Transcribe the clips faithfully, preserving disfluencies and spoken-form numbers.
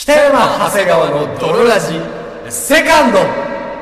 北山長谷川の泥ラジセカンド。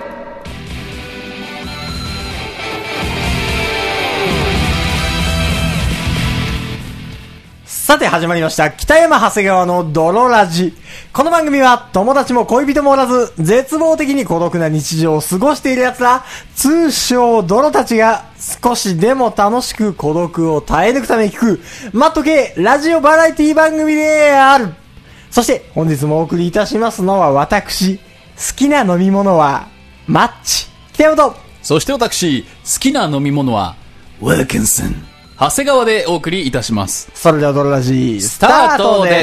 さて始まりました北山長谷川の泥ラジ。この番組は友達も恋人もおらず絶望的に孤独な日常を過ごしている奴ら、通称泥たちが少しでも楽しく孤独を耐え抜くために聞くマット系ラジオバラエティ番組である。そして本日もお送りいたしますのは私、好きな飲み物はマッチ北山と、 そして私、好きな飲み物はウィルキンソン長谷川でお送りいたします。 それではドロラジースタートです。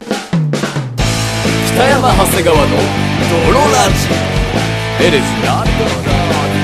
北山長谷川のドロラジ It is not done。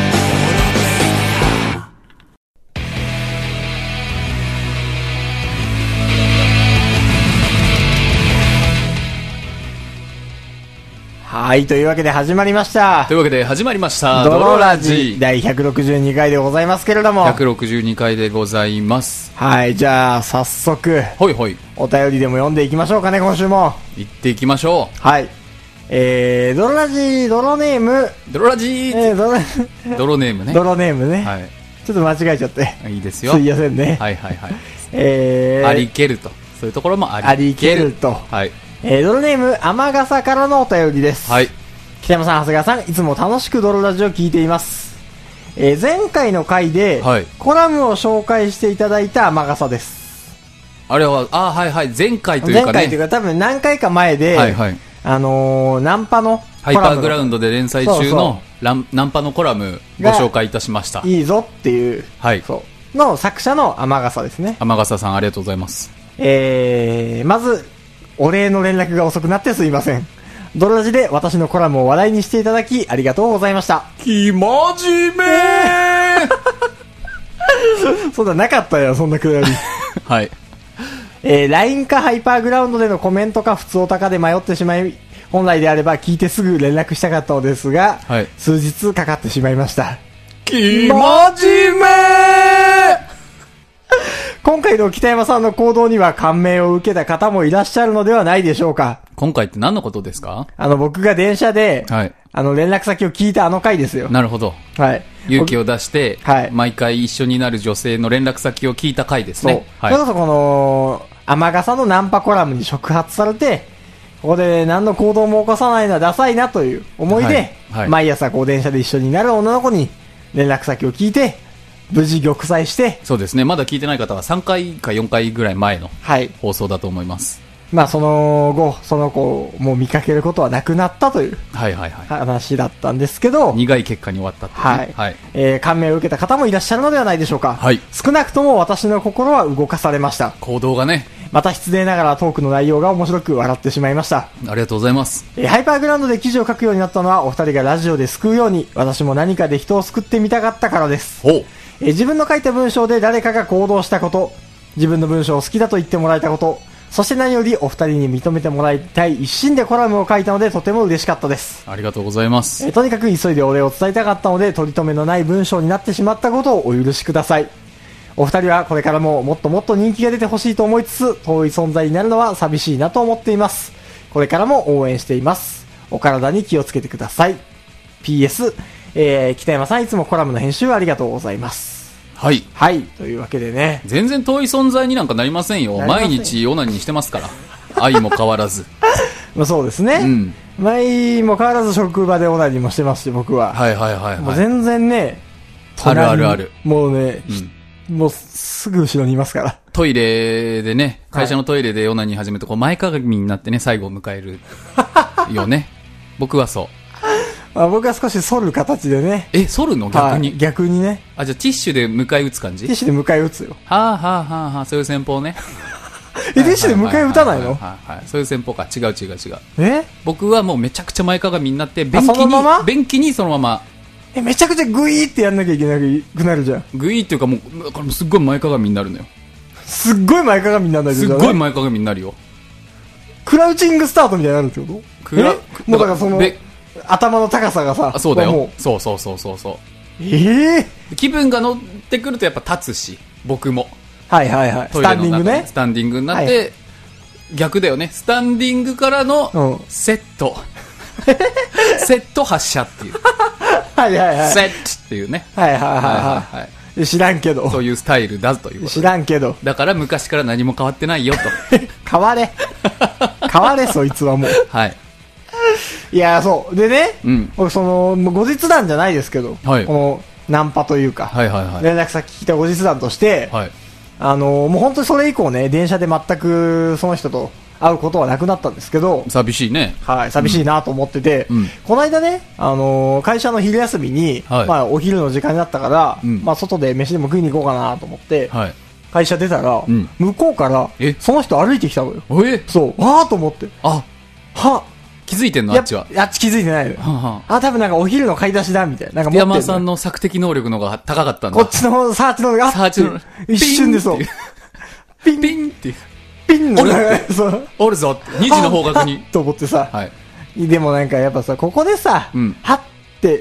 はい、というわけで始まりましたというわけで始まりましたドロラジだいひゃくろくじゅうにかいでございますけれども、 ひゃくろくじゅうにかいでございます。 はい、じゃあ早速ほいほいお便りでも読んでいきましょうかね。今週も行っていきましょう。はい、えー、ドロラジドロネームドロラジー、 えー、ドロドロネームねドロネームね、 はい、 ちょっと間違えちゃっていいですよ、 すいませんね。 はいはいはいえー、 ありけると、そういうところもありありけると、 はい、 えー、ドロネーム雨傘からのお便りです。 はい、 北山さん、長谷川さん、いつも楽しくドロラジを聞いています。えー、前回の回で、はい、コラムを紹介していただいた雨傘です。 あれは、あ、はいはい、前回というかね。 前回というか多分何回か前で、はいはい、あのー、ナンパのハイパーグラウンドで連載中のランナンパのコラムご紹介いたしました。 いいぞっていう、はい、そうの作者の雨傘ですね。 雨傘さん、ありがとうございます。 えー、まず、お礼の連絡が遅くなってすいません。ドロラジで私のコラムを話題にしていただきありがとうございました。 きまじめーそうだ、なかったよ、そんなくだり。 はい。 えー、ライン かハイパーグラウンドでのコメントか普通オタかで迷ってしまい、本来であれば聞いてすぐ連絡したかったのですが、はい、数日かかってしまいました。 きまじめー今回の北山さんの行動には感銘を受けた方もいらっしゃるのではないでしょうか。 今回って何のことですか？ あの、僕が電車で、はい、あの、連絡先を聞いたあの回ですよ。 なるほど。 はい。 勇気を出して、はい、毎回一緒になる女性の連絡先を聞いた回ですね。 そう。はい、それこそこの、雨傘のナンパコラムに触発されて、ここで何の行動も起こさないのはダサいなという思いで、はいはい、毎朝こう電車で一緒になる女の子に連絡先を聞いて、無事玉砕して。 そうですね。まだ聞いてない方はさんかいかよんかいぐらい前の放送だと思います。 まあその後、その子をもう見かけることはなくなったという話だったんですけど、 苦い結果に終わったっていう、ね、 はい。はい、えー、感銘を受けた方もいらっしゃるのではないでしょうか。はい。少なくとも私の心は動かされました。 行動がね。 また失礼ながらトークの内容が面白く笑ってしまいました。 ありがとうございます。 えー、ハイパーグラウンドで記事を書くようになったのはお二人がラジオで救うように、私も何かで人を救ってみたかったからです。ほう。えー、自分の書いた文章で誰かが行動したこと、自分の文章を好きだと言ってもらえたこと、そして何よりお二人に認めてもらいたい一心でコラムを書いたのでとても嬉しかったです。 ありがとうございます。 えー、とにかく急いでお礼を伝えたかったので取り留めのない文章になってしまったことをお許しください。お二人はこれからももっともっと人気が出てほしいと思いつつ、遠い存在になるのは寂しいなと思っています。これからも応援しています。お体に気をつけてください。ピーエス、えー、北山さんいつもコラムの編集ありがとうございます。 はい。 はい。というわけでね。 全然遠い存在になんかなりませんよ。毎日オナニーしてますから。愛も変わらず。 まあそうですね。うん。毎も変わらず職場でオナニーもしてますし、僕は。 はいはいはい、はい。 もう全然ね。 あるあるある。 もうね、うん、もうすぐ後ろにいますから。 トイレでね、会社のトイレでオナニー始めて、こう前かがみになってね、最後を迎えるよね。僕はそう。 あ、僕は少し反る形でね。 え、反るの逆に、はい、 逆にね。 あ、じゃあティッシュで迎え撃つ感じ？ ティッシュで迎え撃つよ。 はあはあはあはあ、そういう戦法ね。 え、ティッシュで迎え撃たないの？ はいはい、そういう戦法か。違う違う違う。 え？ 僕はもうめちゃくちゃ前かがみになって、便器に、まま便器にそのまま。 え、めちゃくちゃグイーってやんなきゃいけなくなるじゃん。 グイーっていうかもう、だからすっごい前かがみになるのよ。 すっごい前かがみになるんだけど。 すっごい前かがみになるよ。 クラウチングスタートみたいになるってこと？クラ、もうだからその、頭の高さがさ、 あ、そうだよ。そうそうそうそうそう。 ええー、 気分が乗ってくるとやっぱ立つし、僕も。 はいはいはい。スタンディングね。 スタンディングになって、はい、 逆だよね。スタンディングからのセット。セット発射っていう。 はいはいはい。 セットっていうね。 はいはいはいはい。はい、知らんけど。 そういうスタイルだということ。 知らんけど。 だから昔から何も変わってないよと。 変われ。変われ、そいつはもう。 はい。 いや、そう。でね、うん、僕その、後日談じゃないですけど、はい、この、ナンパというか、 はいはいはい、 連絡先聞いた後日談として、はい、あの、もう本当にそれ以降ね、電車で全くその人と会うことはなくなったんですけど、 寂しいね。 はい、寂しいなと思ってて、うん、この間ね、あの、会社の昼休みに、はい、まあ、お昼の時間になったから、うん、まあ、外で飯でも食いに行こうかなと思って、はい、会社出たら、うん、向こうから、その人歩いてきたのよ。 えそう、わーと思って。 あ、は気づいてんのあっちは。 あっち気づいてないの。ははあ、多分なんかお昼の買い出しだ、みたいな。なんか持って山さんの索敵能力の方が高かったんだ。 こっちのサーチ能力があって。サーチの一瞬でそう。 ピンピンっていう。 ピンの。 おるそう。おるぞって。にじの方角に。 と思ってさ。はい。でもなんかやっぱさ、ここでさ、うん、はって、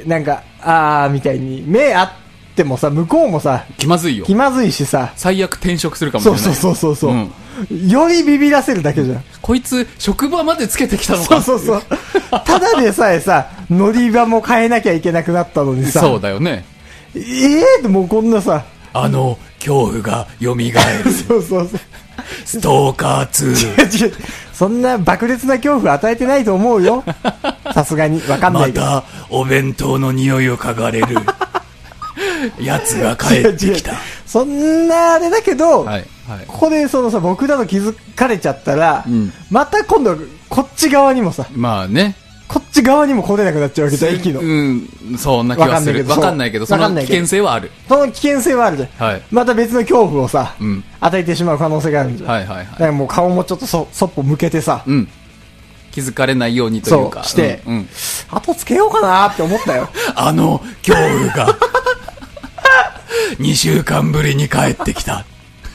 なんか、あーみたいに、目あってもさ、向こうもさ、 気まずいよ。 気まずいしさ。 最悪転職するかもしれない。 そうそうそうそう。うんよりビビらせるだけじゃん。 こいつ、職場までつけてきたのか。 そうそうそう。ただでさえさ、乗り場も変えなきゃいけなくなったのにさ。 そうだよね。 ええーってもうこんなさ。 あの、恐怖が蘇る。 そうそうそう。 ストーカーツー。 違う違う。そんな爆裂な恐怖与えてないと思うよ。さすがに。わかんないけど。 また、お弁当の匂いを嗅がれる。やつが帰ってきた。 そんなあれだけど、はいはい、ここでそのさ僕だと気づかれちゃったら、うん、また今度はこっち側にもさ、 まあね、 こっち側にも来れなくなっちゃうわけじゃん、息の。 うん、そんな気がする。わかんないけど、その危険性はある。 その危険性はあるじゃん。はい、また別の恐怖をさ、うん、与えてしまう可能性があるんじゃん。はいはいはい。だからもう顔もちょっとそそっぽ向けてさ、うん、 気づかれないようにというか、 そうして、うんうん、後つけようかなって思ったよ。 あの恐怖が。にしゅうかんぶりに帰ってきた。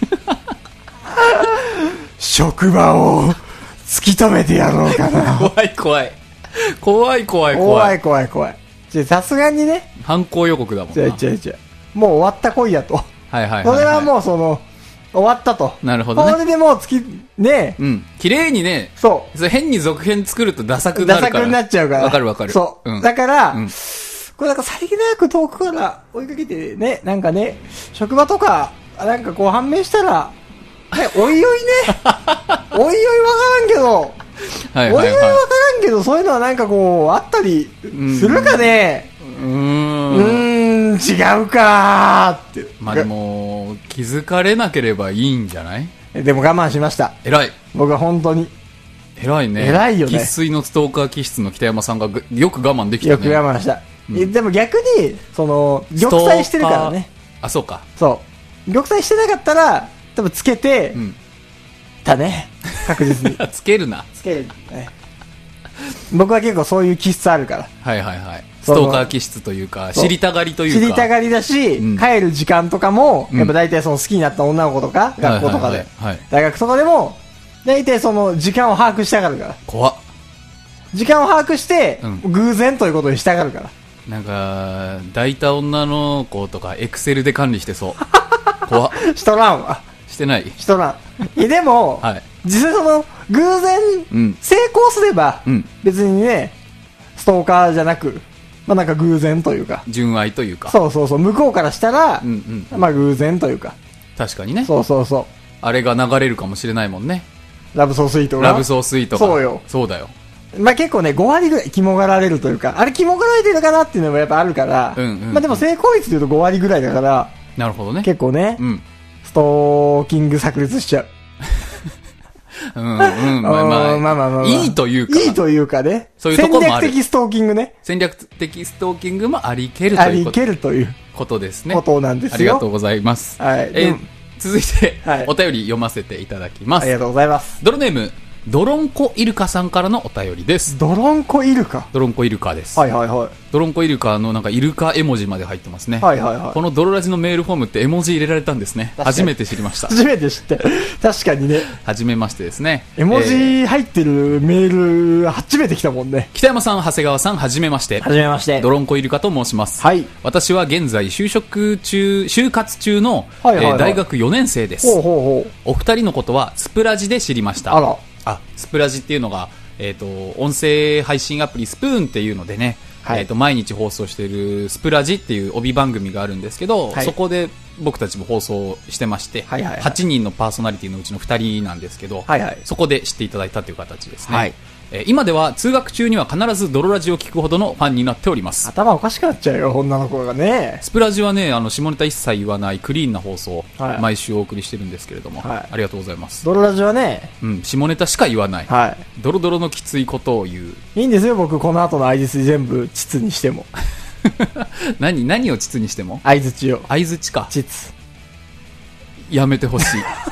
職場を突き止めてやろうかな。 怖い怖い。怖い怖い怖い。 怖い怖い怖い。さすがにね。 犯行予告だもんな。 違う違う違う。もう終わった恋やと。はいはいはい、はい。それはもうその、終わったと。 なるほどね。 それでもう突き、ねうん。綺麗にね。 そう。 それ変に続編作るとダサくなるから。 ダサくなっちゃうから。 わかるわかる。 そう。うん、だから、うんこれなんかさりげなく遠くから追いかけてね、なんかね、職場とか、なんかこう判明したら、ね、おいおいね、おいおいわからんけど、はいはいはい、おいおいわからんけど、そういうのはなんかこう、あったりするかねうーん、うーん、違うかーって。 まあでも、気づかれなければいいんじゃない？ でも我慢しました。 偉い。 僕は本当に。 偉いね。 偉いよね。 生粋のストーカー気質の北山さんがよく我慢できたね。 よく我慢した。うん、でも逆にその玉砕してるからね。 あ、そうか。 そう玉砕してなかったら多分つけて、うん、たね確実につけるなつける、ね、僕は結構そういう気質あるから。 はいはいはい。ストーカー気質というか知りたがりというか知りたがりだし、うん、帰る時間とかもやっぱ大体その好きになった女の子とか、うん、学校とかで、はいはいはい、大学とかでも大体その時間を把握したがるから。 怖っ。 時間を把握して、うん、偶然ということにしたがるから。 なんか抱いた女の子とかエクセルで管理してそう怖っ。 しとらんわ。 してないしとらん。でも、はい、実際その偶然、うん、成功すれば、うん、別にねストーカーじゃなく、まあなんか偶然というか純愛というか、 そうそうそう、向こうからしたら、うんうん、まあ偶然というか、 確かにね、 そうそうそう、 あれが流れるかもしれないもんね。 ラブソースイートが、 ラブソースイートが、 そうよ、 そうだよ。 まあ結構ね、ご割ぐらい肝がられるというか、あれ肝がられてるかなっていうのもやっぱあるから、うんうんうん、まあでも成功率でいうとご割ぐらいだから、 なるほどね。 結構ね、うん、ストーキング炸裂しちゃう。 うんうん、まあまあ、まあまあまあまあ、いいというか。 いいというかね。 そういうところもある。 戦略的ストーキングね。 戦略的ストーキングもありけるということ。 ありけるということですね。 ことなんですよ。 ありがとうございます。はい。えー、続いて、はい、お便り読ませていただきます。 ありがとうございます。 ドロネーム、ドロンコイルカさんからのお便りです。 ドロンコイルカ？ ドロンコイルカです。 はいはいはい。 ドロンコイルカのなんかイルカ絵文字まで入ってますね。はいはいはい。このドロラジのメールフォームって絵文字入れられたんですね。初めて知りました。 初めて知って。確かにね。 初めましてですね。 絵文字入ってるメール初めて来たもんね。 北山さん、長谷川さん、はじめまして。 はじめまして。 ドロンコイルカと申します。 はい。 私は現在就職中、就活中の、はいはいはい、えー、大学よねん生です。ほうほうほう。お二人のことはスプラジで知りました。あら。 あ、スプラジっていうのが、えっと、音声配信アプリスプーンっていうのでね、はい、えっと、毎日放送しているスプラジっていう帯番組があるんですけど、はい、そこで僕たちも放送してまして、はいはいはい、はちにんのパーソナリティのうちのふたりなんですけど、はいはい、そこで知っていただいたという形ですね。はい、えー、今では通学中には必ずドロラジを聞くほどのファンになっております。 頭おかしくなっちゃうよ、女の子がね。 スプラジはね、あの下ネタ一切言わないクリーンな放送、はい、毎週お送りしてるんですけれども、はい、ありがとうございます。 ドロラジはね、 うん、下ネタしか言わない、はい、ドロドロのきついことを言う。 いいんですよ、僕この後の相づち全部膣にしても。 何何を膣にしても？ 相づちを。 相づちか。 膣。 やめてほしい。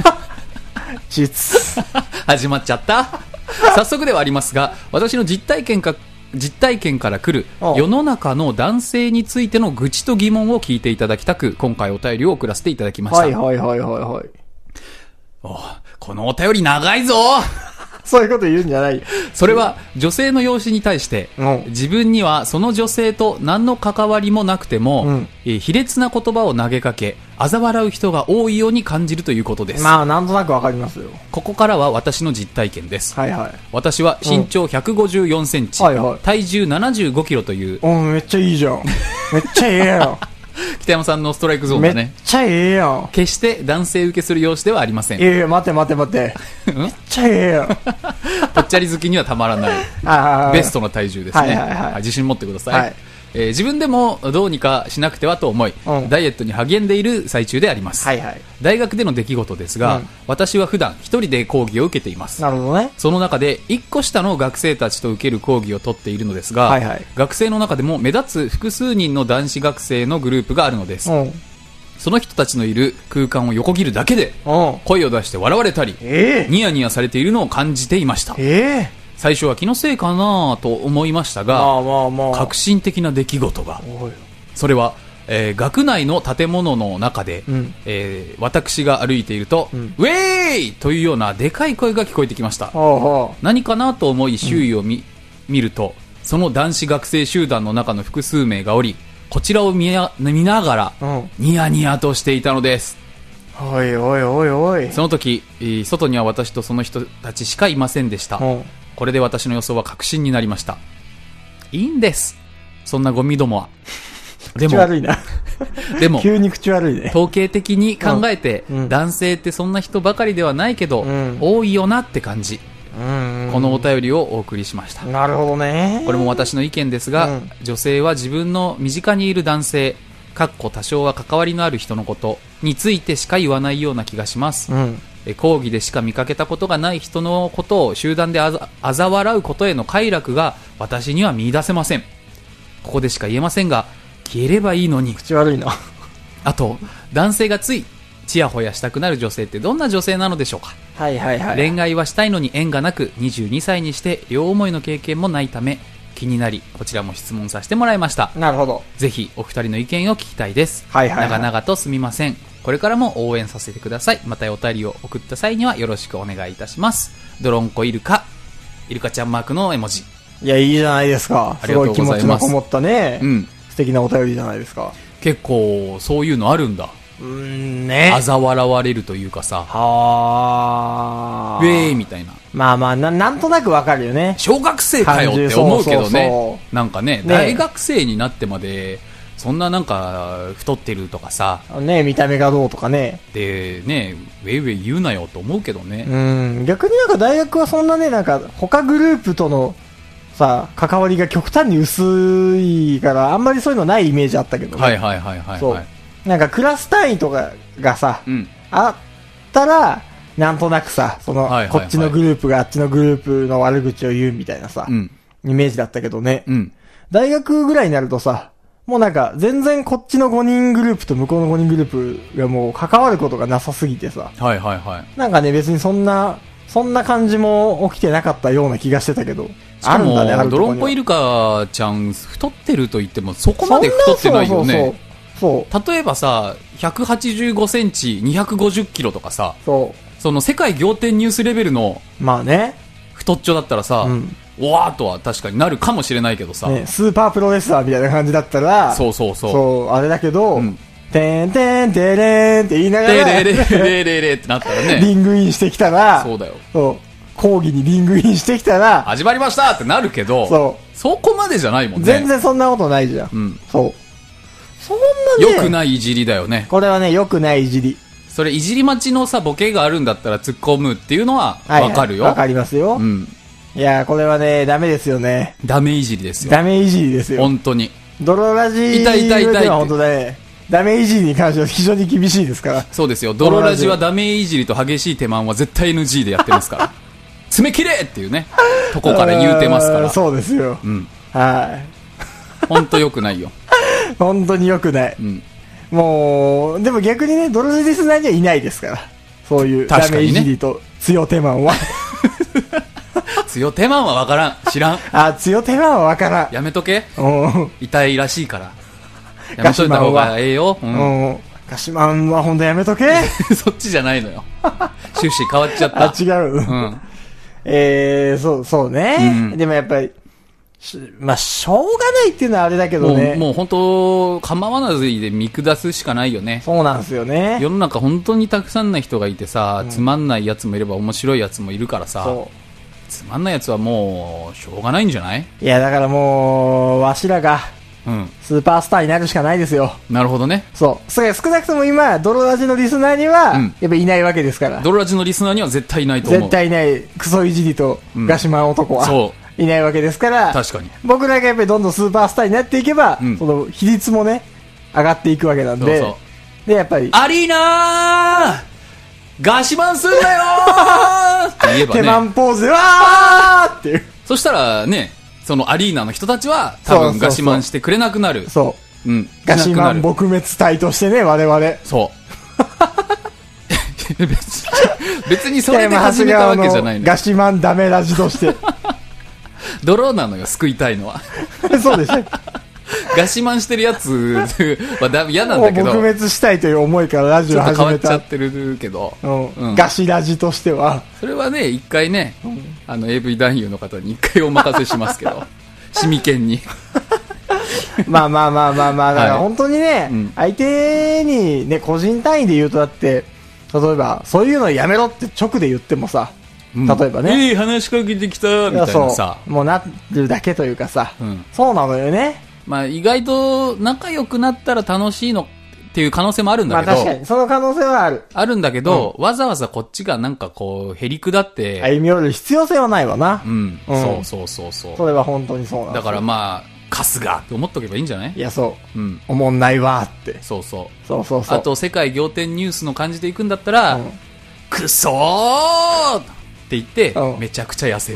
膣。 始まっちゃった。早速ではありますが、私の実体験か実体験から来る世の中の男性についての愚痴と疑問を聞いていただきたく、今回お便りを送らせていただきました。 はいはいはいはいはい。 お、このお便り長いぞ。 そういうこと言うんじゃないよ。 それは女性の容姿に対して、うん、自分にはその女性と何の関わりもなくても、うん、えー、卑劣な言葉を投げかけ嘲笑う人が多いように感じるということです。 まあなんとなくわかりますよ。 ここからは私の実体験です。 はいはい。 私は身長ひゃくごじゅうよんセンチ、うん、はいはい、体重ななじゅうごキロという。 うん、めっちゃいいじゃん。めっちゃええやん。 北山さんのストライクゾーンだね。 めっちゃええやん。 決して男性受けする容姿ではありません。 いやいや、待て待て待て。めっちゃええやん。 ぽっちゃり好きにはたまらないベストな体重ですね。はいはいはい、自信持ってください。はい、えー、自分でもどうにかしなくてはと思い、うん、ダイエットに励んでいる最中であります。はいはい、大学での出来事ですが、うん、私は普段一人で講義を受けています。 なるほどね。 その中でいっこ下の学生たちと受ける講義を取っているのですが、はいはい、学生の中でも目立つ複数人の男子学生のグループがあるのです。うん、その人たちのいる空間を横切るだけで声を出して笑われたり、えー、ニヤニヤされているのを感じていました。えー最初は気のせいかなと思いましたが、まあまあまあ、革新的な出来事が。それは、えー、学内の建物の中で、うん、えー、私が歩いていると、うん、ウェーイというようなでかい声が聞こえてきました。何かなと思い周囲を 見,、うん、見ると、その男子学生集団の中の複数名がおり、こちらを 見, や見ながら、うん、ニヤニヤとしていたのです。 おいおいおいおい。 その時、外には私とその人たちしかいませんでした。うん、これで私の予想は確信になりました。いいんです、そんなゴミどもは。 でも口悪いな。 でも急に口悪いね。 統計的に考えて、うん、男性ってそんな人ばかりではないけど、うん、多いよなって感じ、うんうん、このお便りをお送りしました。 なるほどね。 これも私の意見ですが、うん、女性は自分の身近にいる男性かっこ多少は関わりのある人のことについてしか言わないような気がします。うん、講義でしか見かけたことがない人のことを集団であざ、あざ笑うことへの快楽が私には見出せません。ここでしか言えませんが、消えればいいのに。 口悪いな。 あと、男性がついチヤホヤしたくなる女性ってどんな女性なのでしょうか。 はいはいはい。 恋愛はしたいのに縁がなく、にじゅうにさいにして両思いの経験もないため気になり、こちらも質問させてもらいました。 なるほど。 ぜひお二人の意見を聞きたいです。はいはいはい、長々とすみません。これからも応援させてください。またお便りを送った際にはよろしくお願いいたします。ドロンコイルカ、イルカちゃんマークの絵文字。 いや、いいじゃないですか。 ありがとうございます。 すごい気持ちのこもったね、うん、素敵なお便りじゃないですか。 結構そういうのあるんだ。 うーんね。 嘲笑われるというかさ、 はーウェーイみたいな。 まあまあ な, なんとなくわかるよね。 小学生かよって思うけどね。そうそうそう、なんか ね, ね大学生になってまでそんななんか太ってるとかさ、 ね、見た目がどうとかね、 でね、ウェイウェイ言うなよと思うけどね。 うん、逆になんか大学はそんなね、なんか他グループとのさ関わりが極端に薄いからあんまりそういうのないイメージあったけどね。 はいはいはいはい、はい、そうなんかクラス単位とかがさ、うん、あったらなんとなくさ、その、はいはいはい、こっちのグループがあっちのグループの悪口を言うみたいなさ、うん、イメージだったけどね、うん、大学ぐらいになるとさ、もうなんか全然こっちのごにんグループと向こうのごにんグループがもう関わることがなさすぎてさ、 はいはいはい、 なんかね別にそんなそんな感じも起きてなかったような気がしてたけど、 しかもあるんだね、ドロンコイルカちゃん太ってると言ってもそこまで太ってないよね。そうそうそうそう、例えばさひゃくはちじゅうごセンチにひゃくごじゅっキロとかさ、そうその世界仰天ニュースレベルのまあね太っちょだったらさ、うん、おわーとは確かになるかもしれないけどさ、ね、 スーパープロレスラーみたいな感じだったらそうそうそうそうあれだけど、うん、てんてんてれんって言いながらてれれれれれれってなったらねリングインしてきたらそうだよ、 そう講義にリングインしてきたら、 始まりましたってなるけど、 そう。 そこまでじゃないもんね。 全然そんなことないじゃん。 うん。 そう。そんなね。 良くないいじりだよね。 これはね、良くないいじり。 それいじり待ちのさ、ボケがあるんだったら突っ込むっていうのはわかるよ。わ、 はいはい、かりますよ。 うん。 いやー、これはね、ダメですよね。 ダメいじりですよ。 ダメいじりですよ。 本当に。 ドロラジ痛い痛い痛いって。 本当だね。ダメいじりに関しては非常に厳しいですから。 そうですよ。ドロラジはダメいじりと激しい手満は絶対 エヌジー でやってますから。詰め切れっていうね、とこから言うてますから。 そうですよ。 うん。 はい。 本当良くないよ。 本当に良くない。うん。もう、でも逆にね、ドロラジリスナーにはいないですから。そういうダメいじりと強手満は。 強手満は分からん。知らん。 あ、強手満は分からん。 やめとけ。痛いらしいから。やめといた方がええよ。うん。 ガシマンはほんとやめとけ。 そっちじゃないのよ。趣旨変わっちゃった。 あ、違う。うん。えー、そう、そうね。うん、でもやっぱり、まあ、しょうがないっていうのはあれだけどね。 もう、もう本当、構わなずいで見下すしかないよね。 そうなんですよね。 世の中本当にたくさんな人がいてさ、うん、つまんないやつもいれば面白いやつもいるからさ。そう。つまんないやつはもう、しょうがないんじゃない？ いや、だからもう、わしらが、うん。スーパースターになるしかないですよ。 なるほどね。 そう。それ少なくとも今、ドロラジのリスナーには、うん、やっぱいないわけですから。 ドロラジのリスナーには絶対いないと思う。 絶対いない、クソいじりと、ガシマン男は、うん、そう。いないわけですから、 確かに。 僕らがやっぱりどんどんスーパースターになっていけば、うん、その比率もね、上がっていくわけなんで、そうそう。で、やっぱり、 アリーナーガシマンすんなよーって言えばね。 手マンポーズでわーっていう。 そしたらね、そのアリーナの人たちは多分ガシマンしてくれなくなる。 そう。うん。ガシマン撲滅隊としてね、我々。 そう。別に、別にそれで始めたわけじゃないの。 ガシマンダメラジとして。 ドローなのよ、救いたいのは。そうでしょ。ガシマンしてるやつは嫌なんだけど。 撲滅したいという思いからラジオ始めた。 ちょっと変わっちゃってるけど。 うんうん、ガシラジとしては。 それはね、一回ね、うん、あの エーブイ 男優の方に一回お任せしますけど。シミケンに。 まあまあまあまあまあ、だから本当にね、はい、相手にね、個人単位で言うとだって、例えば、そういうのやめろって直で言ってもさ、例えばね。 いい話しかけてきた、みたいなさ。 もうなるだけというかさ、うん、そうなのよね。 まあ意外と仲良くなったら楽しいのっていう可能性もあるんだけど。まあ確かに、その可能性はある。 あるんだけど、うん、わざわざこっちがなんかこう、へりくだって。 歩み寄る必要性はないわな。 うん。うん、そうそうそうそう。 それは本当にそうなんだからまあ、春日って思っとけばいいんじゃない？ いや、そう。うん。おもんないわって。 そうそう。 そうそうそう。 あと、世界仰天ニュースの感じでいくんだったら、うん、くそーって言って、うん、めちゃくちゃ痩せる。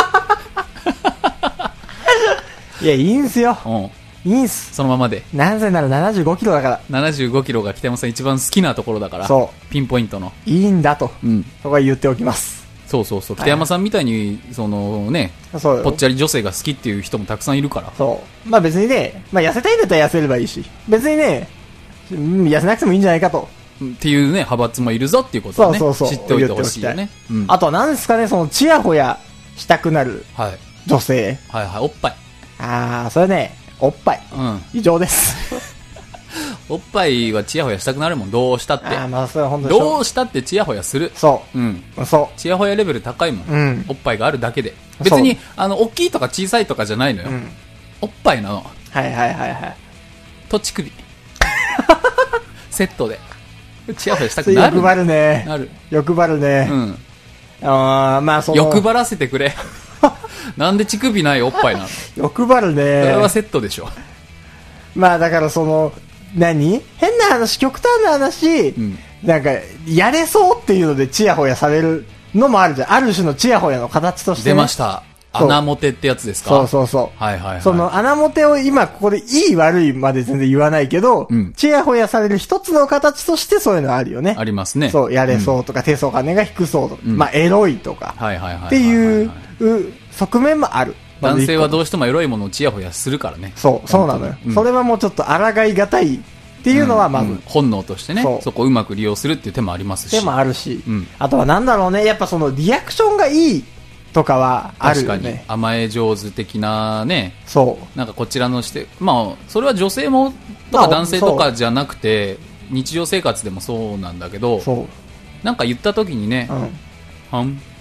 いや、いいんすよ。 うん。 いいんす。 そのままで。 なぜならななじゅうごキロだから。 ななじゅうごキロが北山さん一番好きなところだから。そう。ピンポイントの。 いいんだと。うん。そこは言っておきます。 そうそうそう。北山さんみたいに、そのね、そうぽっちゃり女性が好きっていう人もたくさんいるから。 そう。まあ別にね、まあ痩せたいんだったら痩せればいいし、別にね、痩せなくてもいいんじゃないかと。 っていうね、派閥もいるぞっていうことをね、そうそうそう知っておいてほしいよね。 うん、あとは何ですかね、そのチヤホヤしたくなる女性。 はい、はいはい、おっぱい。 ああ、それね、おっぱい。うん。異常です。 おっぱいはチヤホヤしたくなるもん、どうしたって。 ああ、まあそれは本当に。 どうしたってチヤホヤする。 そう。うん。そう。 チヤホヤレベル高いもん。うん。おっぱいがあるだけで。別に、あの、大きいとか小さいとかじゃないのよ。うん、おっぱいなの。 はいはいはいはい。 と乳首。セットで。チヤホヤしたくなる。 欲張るね。 なる。 欲張るね。うん。ああ、まあその。 欲張らせてくれ。なんで乳首ないおっぱいなの？ 欲張るね。 それはセットでしょ。 まあだからその、何変な話、極端な話、うん、なんか、やれそうっていうのでチヤホヤされるのもあるじゃん。ある種のチヤホヤの形として、ね。 出ました。穴モテってやつですか？ そうそうそう。 はいはいはい。 その穴モテを今ここでいい悪いまで全然言わないけど、うん、チヤホヤされる一つの形としてそういうのあるよね。 ありますね。 そう、やれそうとか、うん、手相金が低そうとか、うん、まあエロいとか、はいはいはい。っていう側面もある。 男性はどうしてもエロいものをチヤホヤするからね。 そう、そうなのよ。うん、それはもうちょっと抗いがたいっていうのはまず、うんうん、 本能としてね、そ, そこをうまく利用するっていう手もありますし。 手もあるし、うん、あとはなんだろうね、やっぱそのリアクションがいいとかはあるよね。確かに甘え上手的なね。 そう。 なんかこちらのして、まあそれは女性もとか男性とかじゃなくて、日常生活でもそうなんだけど、そう。なんか言った時にね、うん、はんって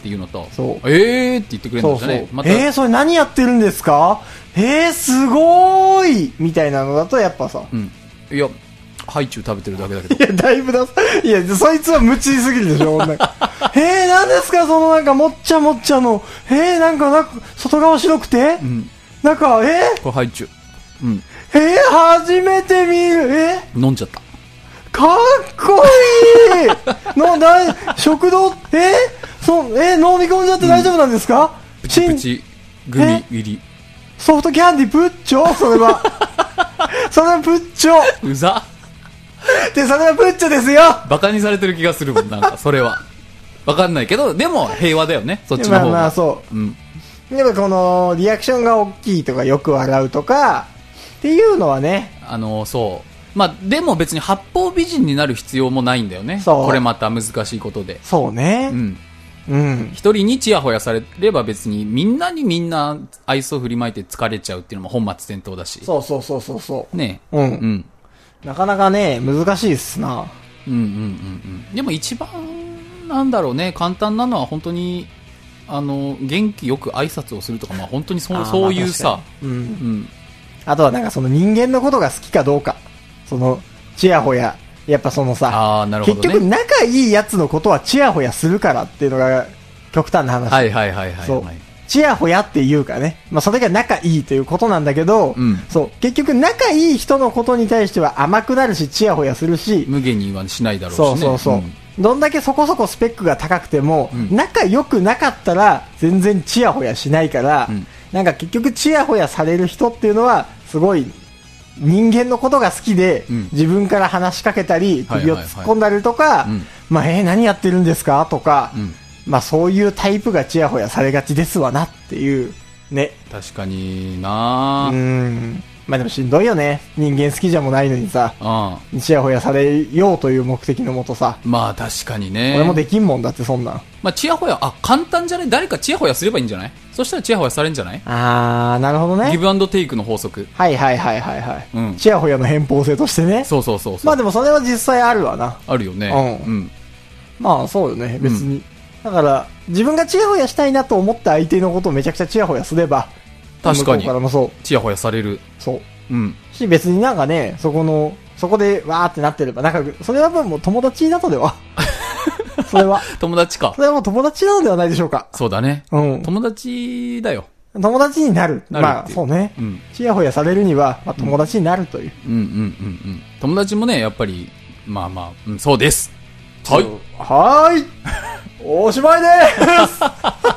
っていうのと、 そう。 えーって言ってくれるんだね。そうそうまたえー、それ何やってるんですかえー、すごーいみたいなのだとやっぱさ。 うん。いや、ハイチュウ食べてるだけだけど。 いや、だいぶだ、いや、そいつは無知すぎるでしょ、女。えー、何ですかそのなんか、もっちゃもっちゃの、えー、なんか、なんか、外側白くて、うん、なんか、えー、 これハイチュウ。うん。 えー、初めて見る、えー、飲んじゃった。 かっこいいの、だい、食堂、えー、そう、えー、飲み込んじゃって大丈夫なんですか、うん、 プチプチ、グミ入り。 ソフトキャンディプッチョそれは。それはプッチョ。 うざ。 で、それはプッチョですよ。 バカにされてる気がするもん、なんか、それは。わかんないけど、でも平和だよね、そっちの方が。まあまあ、そう。うん。 でもこの、リアクションが大きいとか、よく笑うとか、っていうのはね。 あの、そう。まあ、でも別に八方美人になる必要もないんだよね。そう。これまた難しいことで。 そうね。うん。うん。 一人にチヤホヤされれば別にみんなにみんな愛想振りまいて疲れちゃうっていうのも本末転倒だし。 そうそうそうそうそう。 ねえ。うん。うん。 なかなかね、難しいっすな。 うんうんうんうん。でも一番、なんだろうね、簡単なのは本当に、あの、元気よく挨拶をするとか、まあ本当にそう、そういうさ、うん。うん。 あとはなんかその人間のことが好きかどうか。その、チヤホヤ。やっぱそのさ、 あー、なるほどね、 結局仲いいやつのことはチヤホヤするからっていうのが極端な話。 はいはいはいはい、はい。 そう。チヤホヤっていうかね。まあそれが仲いいということなんだけど、うん、そう。結局仲いい人のことに対しては甘くなるし、チヤホヤするし。 無限にはしないだろうしね。 そうそうそう。うん、どんだけそこそこスペックが高くても、うん、仲良くなかったら全然チヤホヤしないから、うん、なんか結局チヤホヤされる人っていうのはすごい、人間のことが好きで、うん、自分から話しかけたり首を突っ込んだりとか、はいはいはい、まあ、えー、何やってるんですかとか、うん、まあ、そういうタイプがチヤホヤされがちですわなっていうね。 確かにな。 うん。まあでもしんどいよね。人間好きじゃもないのにさ、うん、チヤホヤされようという目的のもとさ。 まあ確かにね。 俺もできんもんだってそんなん。 まあチヤホヤ、あ、簡単じゃない？誰かチヤホヤすればいいんじゃない？そしたらチヤホヤされるんじゃない？ あー、なるほどね。 ギブアンドテイクの法則。 はいはいはいはいはい。うん、チヤホヤの偏方性としてね。 そうそうそうそう。 まあでもそれは実際あるわな。 あるよね。うん。うん、 まあそうよね、別に。うん、だから、自分がチヤホヤしたいなと思った相手のことをめちゃくちゃチヤホヤすれば、 確かに。 からもそう。 チヤホヤされる。 そう。うん。し、別になんかね、そこの、そこでわーってなってれば、なんか、それはもう友達だとでは。それは。 友達か。 それはもう友達なのではないでしょうか。 そうだね。うん。友達だよ。 友達になる。なるまあ、そうね。うん。チヤホヤされるには、まあ、友達になるという。 うん、うん、うんうんうん友達もね、やっぱり、まあまあ、うん、そうです。はい。 はーい。おしまいでーす。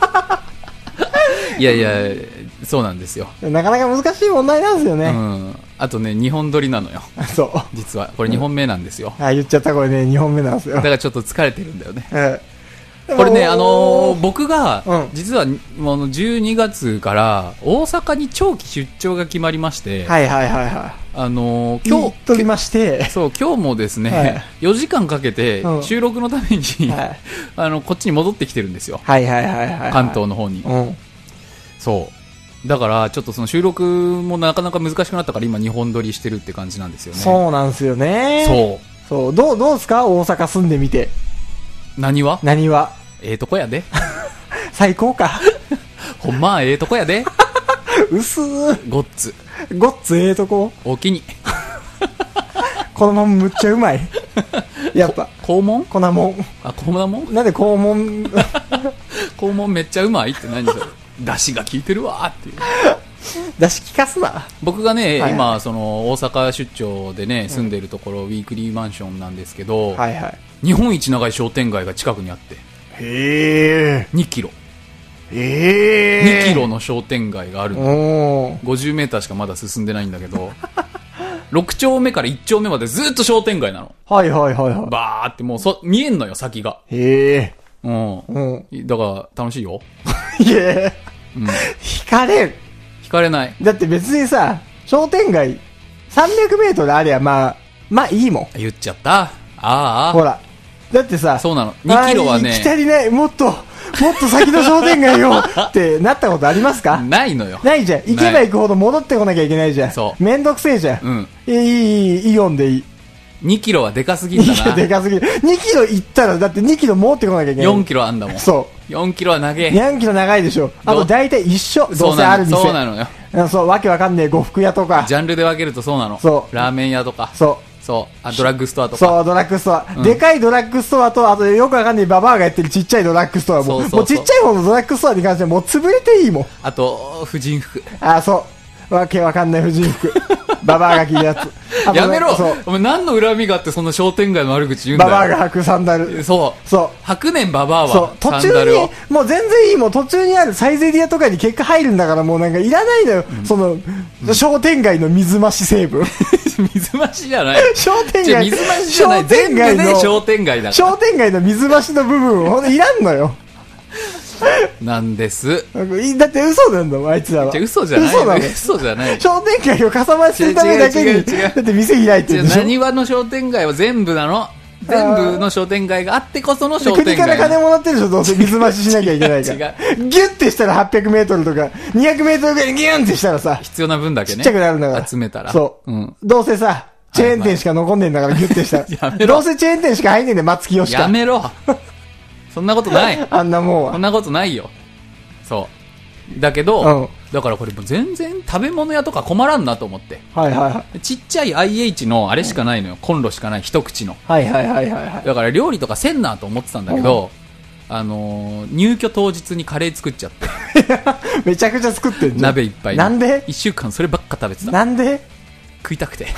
いやいや、そうなんですよ。 なかなか難しい問題なんですよね。うん。あとね、にほん撮りなのよ。 そう。 実は。これにほんめなんですよ。 うん、あ、言っちゃったこれね、にほんめなんですよ。 だからちょっと疲れてるんだよね。うん、これね、あのー、僕が、うん、実はもうじゅうにがつから大阪に長期出張が決まりまして。 はいはいはいはい。 あのー、今日、 撮りまして。 そう、今日もですね、はい、よじかんかけて収録のために、はい、あの、こっちに戻ってきてるんですよ。 はいはいはいはい、はい。 関東の方に。うん。そう。だからちょっとその収録もなかなか難しくなったから今にほん撮りしてるって感じなんですよね。 そうなんですよね。そうそうどうどうですか大阪住んでみて。 何は何はええとこやで。 最高か。 ほんまええとこやで。 うすーごっつごっつええとこおきに。 このままむっちゃうまい。やっぱ肛門粉もん。 あ粉もんなんで肛門。 肛門めっちゃうまいって何それ。出汁が効いてるわーっていう。 出汁効かすな。 僕がね、はいはい、今その大阪出張でね住んでるところ、うん、ウィークリーマンションなんですけど、はいはい、日本一長い商店街が近くにあって、 へー、 にキロ、 へー、 にキロの商店街があるの。ごじゅうメーターしかまだ進んでないんだけど、ろく丁目からいち丁目までずっと商店街なの。はいはいはいはい。バーってもうそ見えんのよ先が。 へー。 うん。うん。だから楽しいよ。 いや、うん、惹かれる。 惹かれない。 だって別にさ、商店街さんびゃくメートルありゃまあ、まあいいもん。 言っちゃった。ああ。 ほら。だってさ、 そうなの。にキロはね。 行き足りない。もっと、もっと先の商店街よってなったことありますか？ ないのよ。 ないじゃん。行けば行くほど戻ってこなきゃいけないじゃん。そう。めんどくせえじゃん。うん。いい、いい、イオンでいい。 にキロはでかすぎんだな。 でかすぎる。にキロ行ったら、だってにキロ持ってこなきゃいけない。 よんキロあんだもん。 そう。 よんキロは長い。 よんキロ長いでしょ。あと大体一緒。どうせある店。 そうなのよ。 そう、わけわかんねえ呉服屋とか。 ジャンルで分けるとそうなの。 そう。 ラーメン屋とか。 そう。 そう。あ、ドラッグストアとか。 そう、ドラッグストア。うん、でかいドラッグストアと、あとよくわかんないババアがやってるちっちゃいドラッグストアも。そうそうそう、もうちっちゃい方のドラッグストアに関してはもう潰れていいもん。 あと、婦人服。 あ、そう。わけわかんない婦人服。ババアが着るやつ。 やめろ。お前何の恨みがあってそんな商店街の悪口言うんだよ。 ババアが履くサンダル。 そう。そう。履くねんババアは。そう。 途中に、もう全然いい、もう途中にあるサイゼリアとかに結果入るんだからもうなんかいらないのよ。うん、その、うん、商店街の水増し成分。 水増しじゃない。 商店街。 水増しじゃない。全部で商店街だから。 商店街の水増しの部分ほんといらんのよ。 なんです。 だって嘘なんだもん、あいつらは。 嘘じゃない。嘘なの。嘘じゃない。 商店街をかさ増しするためだけに、だって店開いてるでしょ。 何話の商店街は全部なの。全部の商店街があってこその商店街。 国から金もらってるでしょ、どうせ水増ししなきゃいけないから。違う。ギュッてしたらはっぴゃくメートルとか、にひゃくメートルぐらいギュンってしたらさ。 必要な分だけね。 ちっちゃくなるんだから。 集めたら。 そう。うん。どうせさ、チェーン店しか残んねえんだからギュッてしたら。やめろ。どうせチェーン店しか入んねえんで、松清しか。 やめろ。そんなことない。 あんなもんは。 そんなことないよ。そう。だけど、うん、だからこれもう全然食べ物屋とか困らんなと思って。 はいはいはい。 ちっちゃい アイエイチ のあれしかないのよ。コンロしかない一口の。 はいはいはいはい、はい。 だから料理とかせんなと思ってたんだけど、うん、あのー、入居当日にカレー作っちゃって。 めちゃくちゃ作ってんじゃん。 鍋いっぱい。 なんで一週間そればっか食べてた。 なんで食いたくて。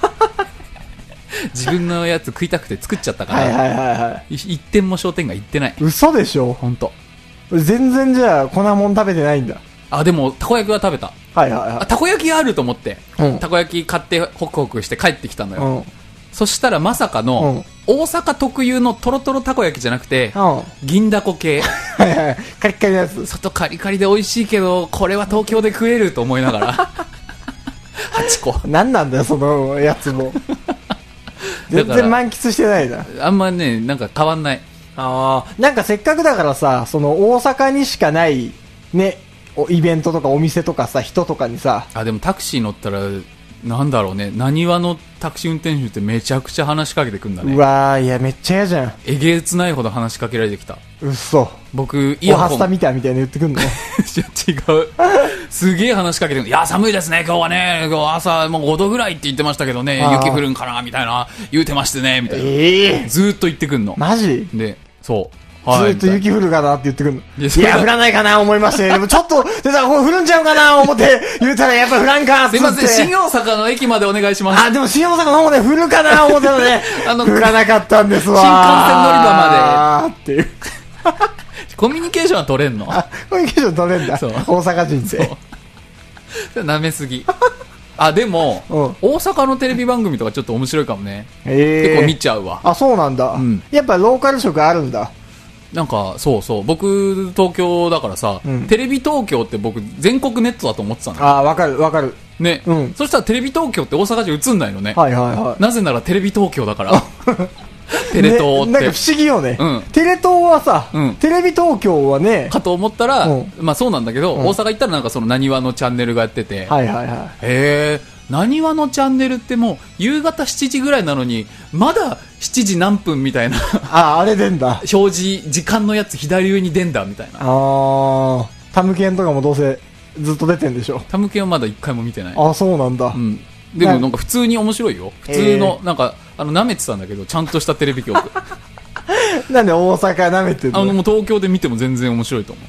自分のやつ食いたくて作っちゃったから。 はいはいはいはい。 一店も商店街行ってない。 嘘でしょ。 ほんと。 全然じゃあ粉もん食べてないんだ。 あ、でもたこ焼きは食べた。 はいはいはい。 あ、たこ焼きがあると思って、うん、たこ焼き買ってホクホクして帰ってきたのよ、うん、そしたらまさかの、うん、大阪特有のトロトロたこ焼きじゃなくて、うん、銀だこ系。 はいはい、カリカリのやつ。 外カリカリで美味しいけどこれは東京で食えると思いながらはちこ。 何なんだよそのやつも。全然満喫してないな。 あんまね、なんか変わんない。 ああ、なんかせっかくだからさ、その大阪にしかないね、イベントとかお店とかさ、人とかにさ。 あ、でもタクシー乗ったらなんだろうね、何話のタクシー運転手ってめちゃくちゃ話しかけてくんだね。 うわー、いやめっちゃ嫌じゃん。 えげつないほど話しかけられてきた。 うっそ。 僕イヤホンおはスタみたいみたいな言ってくんの。違う。すげえ話しかけてくる。いや寒いですね今日はね、今日朝もうごどぐらいって言ってましたけどね、雪降るんかなみたいな言うてましてねみたいな、えー、ずーっと言ってくんの。 マジで、そうずっと雪降るかなって言ってくるの。いや、降らないかな思いまして、でもちょっと、でさ、降るんちゃうかな思って言うたらやっぱ降らんかって。 すいません、新大阪の駅までお願いします。 あ、でも新大阪の方で降るかな思ってたのね。あの、降らなかったんですわ。 新幹線乗り場まで。 っていう。 コミュニケーションは取れんの？ コミュニケーション取れんだ。そう。大阪人生。 そう。舐めすぎ。あ、でも、うん、大阪のテレビ番組とかちょっと面白いかもね。えー、結構見ちゃうわ。 あ、そうなんだ。うん、やっぱローカル色あるんだ。 なんかそうそう、僕東京だからさ、うん、テレビ東京って僕全国ネットだと思ってたの。 ああ、わかるわかるね、うん、そしたらテレビ東京って大阪じゃ映んないのね。 はいはいはい。 なぜならテレビ東京だからテレ東って、 ね、なんか不思議よね、うん、テレ東はさ、うん、テレビ東京はねかと思ったら、うん、まあそうなんだけど、うん、大阪行ったらなんかその何話のチャンネルがやってて、 はいはいはい、 へえ、何話のチャンネルってもう夕方しちじぐらいなのにまだしちじ何分みたいなあ、あれ出んだ、 表示時間のやつ左上に出んだみたいな。 あー、タムケンとかもどうせずっと出てんでしょ。 タムケンはまだ一回も見てない。 あ、そうなんだ、 うん、でもなんか普通に面白いよ。普通のなんかあの舐めてたんだけどちゃんとしたテレビ局なんで大阪舐めてるの？ あのもう東京で見ても全然面白いと思う。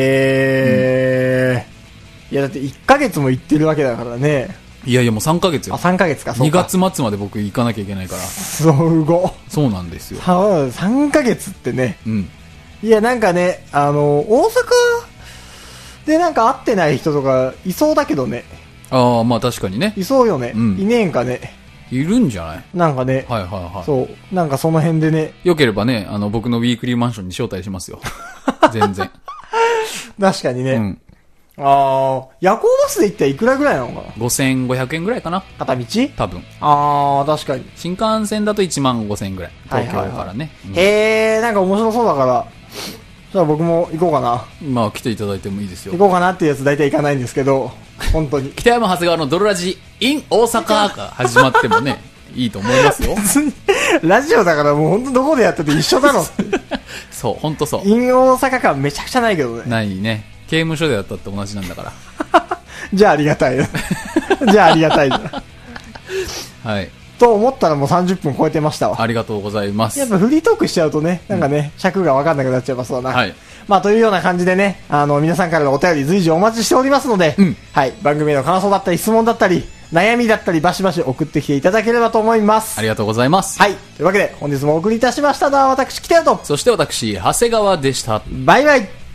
へー、うん、いやだっていっかげつも行ってるわけだからね。 いやいやもうさんかげつよ。 あ、さんかげつか。そうか、 にがつ末まで僕行かなきゃいけないから。 すご。 そうなんですよ。 さんかげつってね、 うん、 いやなんかね、あの大阪でなんか会ってない人とかいそうだけどね。 ああ、まあ確かにね、 いそうよね、うん、いねえんかね。 いるんじゃない？ なんかね、 はいはいはい、 そうなんかその辺でね、 よければね、あの僕のウィークリーマンションに招待しますよ全然確かにね、うん、ああ、夜行バスで行ったらいくらぐらいなのかな。 ごせんごひゃくえんぐらいかな、片道多分。 ああ、確かに。 新幹線だといちまんごせんえんぐらい、東京からね、はいはいはい、うん、 へえ、なんか面白そうだからじゃあ僕も行こうかな。 まあ来ていただいてもいいですよ。 行こうかなっていうやつ大体行かないんですけど本当に北山長谷川のドロラジ in 大阪が始まってもねいいと思いますよ。 ラジオだからもう本当どこでやってて一緒だろってそう、ほんとそう。 in 大阪感めちゃくちゃないけどね。 ないね。刑務所でやったって同じなんだからじゃあありがたいじゃあありがたいはい。 と思ったらもうさんじゅっぷん超えてましたわ。 ありがとうございます。 やっぱフリートークしちゃうとね、なんかね、うん、尺が分かんなくなっちゃいますわな。 はい。 まあというような感じでね、あの皆さんからのお便り随時お待ちしておりますので、うん、はい、番組の感想だったり質問だったり悩みだったりバシバシ送ってきていただければと思います。 ありがとうございます。 はい、というわけで本日もお送りいたしましたのは私北谷と、 そして私長谷川でした。 バイバイ。